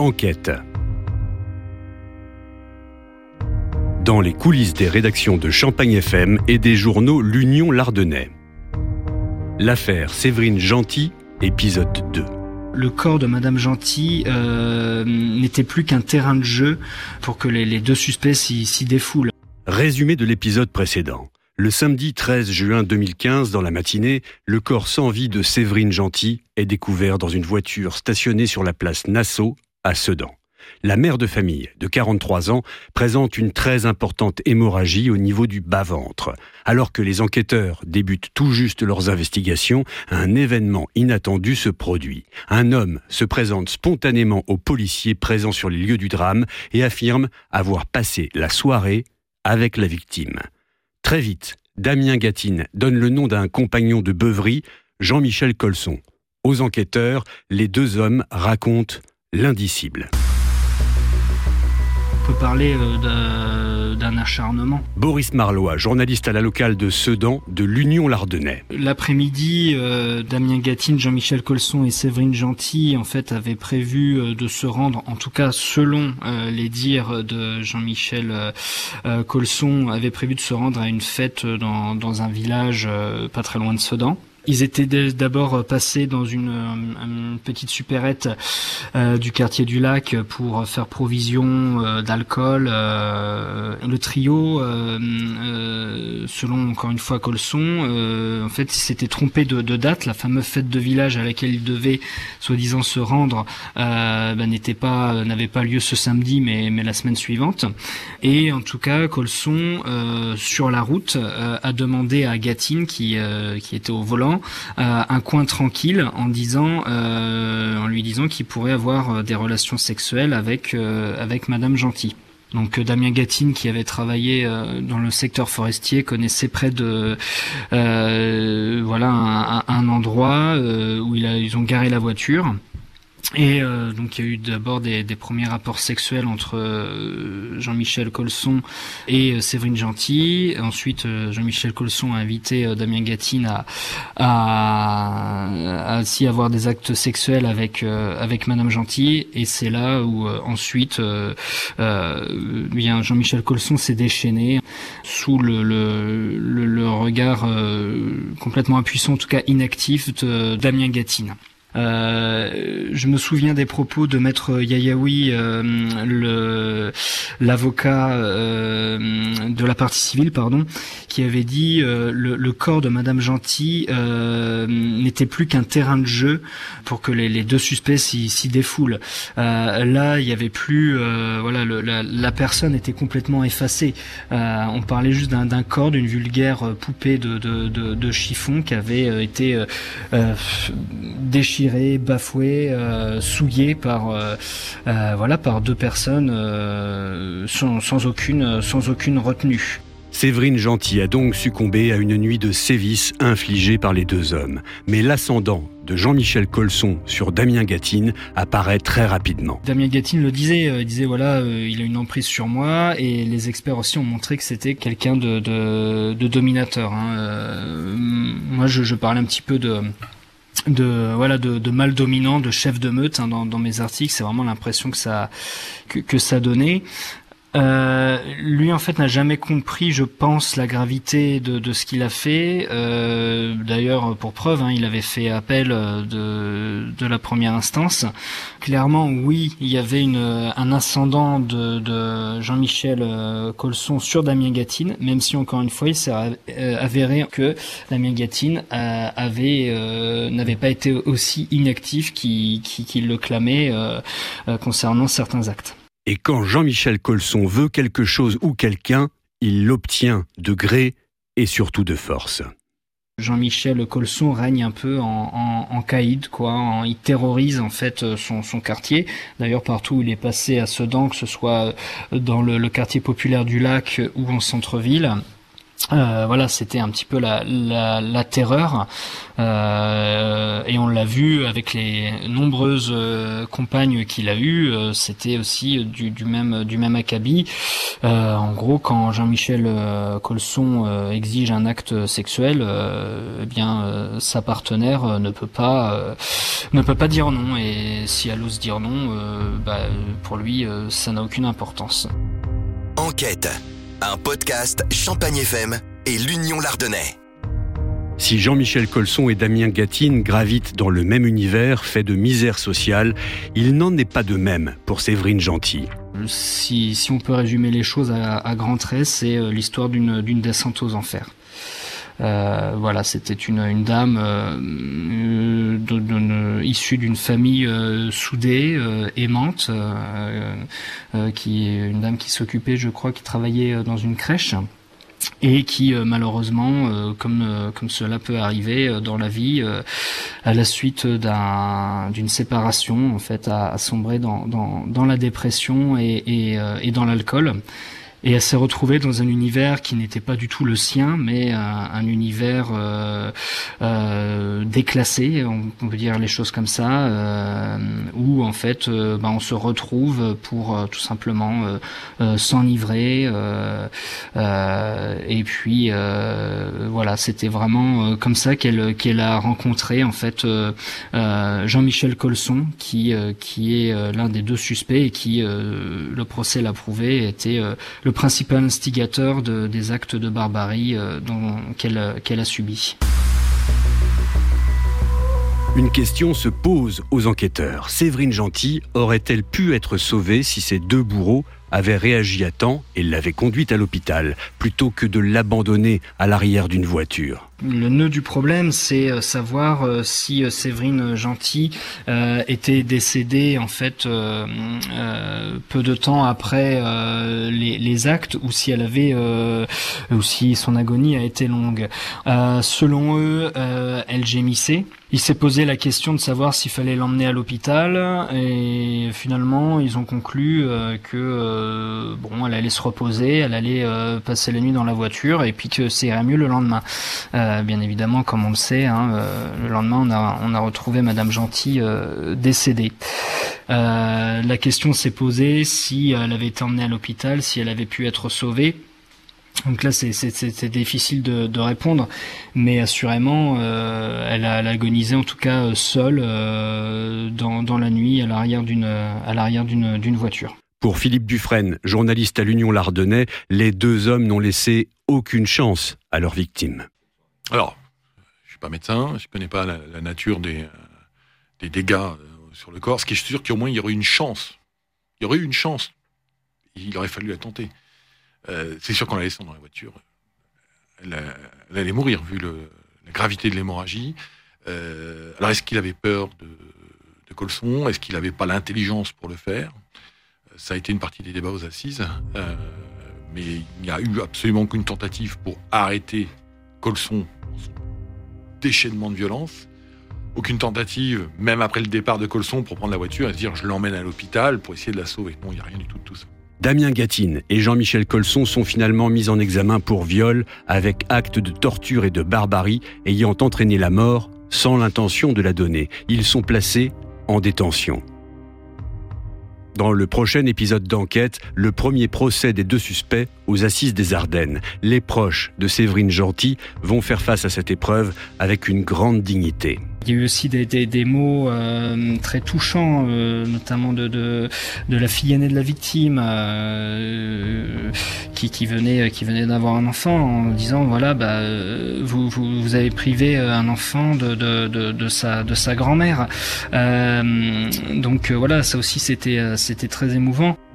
Enquête. Dans les coulisses des rédactions de Champagne FM et des journaux L'Union l'Ardennais. L'affaire Séverine Gentil, épisode 2. Le corps de Madame Gentil n'était plus qu'un terrain de jeu pour que les deux suspects s'y défoulent. Résumé de l'épisode précédent. Le samedi 13 juin 2015, dans la matinée, le corps sans vie de Séverine Gentil est découvert dans une voiture stationnée sur la place Nassau, à Sedan. La mère de famille, de 43 ans, présente une très importante hémorragie au niveau du bas-ventre. Alors que les enquêteurs débutent tout juste leurs investigations, un événement inattendu se produit. Un homme se présente spontanément aux policiers présents sur les lieux du drame et affirme avoir passé la soirée avec la victime. Très vite, Damien Gatine donne le nom d'un compagnon de beuverie, Jean-Michel Colson. Aux enquêteurs, les deux hommes racontent l'indicible. On peut parler d'un acharnement. Boris Marlois, journaliste à la locale de Sedan, de l'Union l'Ardennais. L'après-midi, Damien Gatine, Jean-Michel Colson et Séverine Gentil en fait avaient prévu de se rendre, en tout cas selon les dires de Jean-Michel Colson, avaient prévu de se rendre à une fête dans un village pas très loin de Sedan. Ils étaient d'abord passés dans une petite supérette du quartier du Lac pour faire provision d'alcool. Le trio, selon encore une fois Colson, en fait, s'était trompé de date. La fameuse fête de village à laquelle ils devaient soi-disant se rendre n'avait pas lieu ce samedi, mais la semaine suivante. Et en tout cas, Colson, sur la route, a demandé à Gatine, qui était au volant, un coin tranquille en lui disant qu'il pourrait avoir des relations sexuelles avec Madame Gentil. Donc Damien Gatine, qui avait travaillé dans le secteur forestier, connaissait près de un endroit où ils ont garé la voiture. Et donc il y a eu d'abord des premiers rapports sexuels entre Jean-Michel Colson et Séverine Gentil. Ensuite, Jean-Michel Colson a invité Damien Gatine à aussi avoir des actes sexuels avec Madame Gentil. Et c'est là où ensuite Jean-Michel Colson s'est déchaîné sous le regard complètement impuissant, en tout cas inactif, de Damien Gatine. Je me souviens des propos de Maître Yayaoui, l'avocat de la partie civile, qui avait dit le corps de Madame Gentil n'était plus qu'un terrain de jeu pour que les deux suspects s'y défoulent. Là, il y avait plus, la personne était complètement effacée. On parlait juste d'un corps, d'une vulgaire poupée de chiffon qui avait été déchirée, bafoué, souillé par deux personnes sans aucune retenue. Séverine Gentil a donc succombé à une nuit de sévices infligée par les deux hommes. Mais l'ascendant de Jean-Michel Colson sur Damien Gatine apparaît très rapidement. Damien Gatine le disait, il a une emprise sur moi, et les experts aussi ont montré que c'était quelqu'un de dominateur. Moi, je parlais un petit peu de mal dominant, de chef de meute dans mes articles. C'est vraiment l'impression que ça donnait. Lui en fait n'a jamais compris, je pense, la gravité de ce qu'il a fait. D'ailleurs, pour preuve, il avait fait appel de la première instance. Clairement, oui, il y avait un ascendant de Jean-Michel Colson sur Damien Gatine, même si encore une fois il s'est avéré que Damien Gatine n'avait pas été aussi inactif qu'il le clamait concernant certains actes. Et quand Jean-Michel Colson veut quelque chose ou quelqu'un, il l'obtient de gré et surtout de force. Jean-Michel Colson règne un peu en caïd, il terrorise en fait son quartier. D'ailleurs, partout où il est passé à Sedan, que ce soit dans le quartier populaire du Lac ou en centre-ville, Voilà, c'était un petit peu la terreur, et on l'a vu avec les nombreuses compagnes qu'il a eues. C'était aussi du même acabit. En gros, quand Jean-Michel Colson exige un acte sexuel, sa partenaire ne peut pas dire non. Et si elle ose dire non, pour lui, ça n'a aucune importance. Enquête, un podcast Champagne FM et l'Union Lardonnais. Si Jean-Michel Colson et Damien Gatine gravitent dans le même univers fait de misère sociale, il n'en est pas de même pour Séverine Gentil. Si on peut résumer les choses à grands traits, c'est l'histoire d'une descente aux enfers. Voilà, c'était une dame issue d'une famille soudée, aimante, qui est une dame qui s'occupait, je crois, qui travaillait dans une crèche. Et qui malheureusement, comme cela peut arriver dans la vie, à la suite d'une séparation, en fait, a sombré dans la dépression et dans l'alcool. Et elle s'est retrouvée dans un univers qui n'était pas du tout le sien, mais un univers déclassé, on peut dire les choses comme ça, où en fait on se retrouve pour tout simplement s'enivrer, et puis voilà, c'était vraiment comme ça qu'elle a rencontré en fait Jean-Michel Colson, qui est l'un des deux suspects et qui, le procès l'a prouvé, était le principal instigateur des actes de barbarie qu'elle a subis. Une question se pose aux enquêteurs. Séverine Gentil aurait-elle pu être sauvée si ces deux bourreaux avaient réagi à temps et l'avaient conduite à l'hôpital, plutôt que de l'abandonner à l'arrière d'une voiture ? Le nœud du problème, c'est savoir si Séverine Gentil était décédée en fait peu de temps après les actes, ou si elle avait ou si son agonie a été longue. Selon eux, elle gémissait. Il s'est posé la question de savoir s'il fallait l'emmener à l'hôpital, et finalement ils ont conclu que elle allait se reposer, elle allait passer la nuit dans la voiture, et puis que ça irait mieux le lendemain. Bien évidemment, comme on le sait, le lendemain on a retrouvé Madame Gentil décédée. La question s'est posée si elle avait été emmenée à l'hôpital, si elle avait pu être sauvée. Donc là, c'est difficile de répondre, mais assurément, elle a agonisé en tout cas seule dans la nuit à l'arrière d'une voiture. Pour Philippe Dufresne, journaliste à l'Union Lardonnais, les deux hommes n'ont laissé aucune chance à leurs victimes. Alors, je suis pas médecin, je connais pas la nature des dégâts sur le corps. Ce qui est sûr qu'au moins il y aurait une chance. Il y aurait eu une chance. Il aurait fallu la tenter. C'est sûr qu'en la laissant dans la voiture, elle allait mourir vu la gravité de l'hémorragie. Alors est-ce qu'il avait peur de Colson ? Est-ce qu'il n'avait pas l'intelligence pour le faire ? Ça a été une partie des débats aux assises, mais il n'y a eu absolument qu'une tentative pour arrêter Colson dans son déchaînement de violence. Aucune tentative, même après le départ de Colson, pour prendre la voiture et se dire je l'emmène à l'hôpital pour essayer de la sauver. Non, il n'y a rien du tout de tout ça. Damien Gatine et Jean-Michel Colson sont finalement mis en examen pour viol avec acte de torture et de barbarie ayant entraîné la mort sans l'intention de la donner. Ils sont placés en détention. Dans le prochain épisode d'Enquête, le premier procès des deux suspects aux assises des Ardennes. Les proches de Séverine Gentil vont faire face à cette épreuve avec une grande dignité. Il y a eu aussi des mots très touchants, notamment de la fille aînée de la victime, qui venait d'avoir un enfant, en disant voilà, vous avez privé un enfant de sa grand-mère. Donc voilà, ça aussi c'était très émouvant.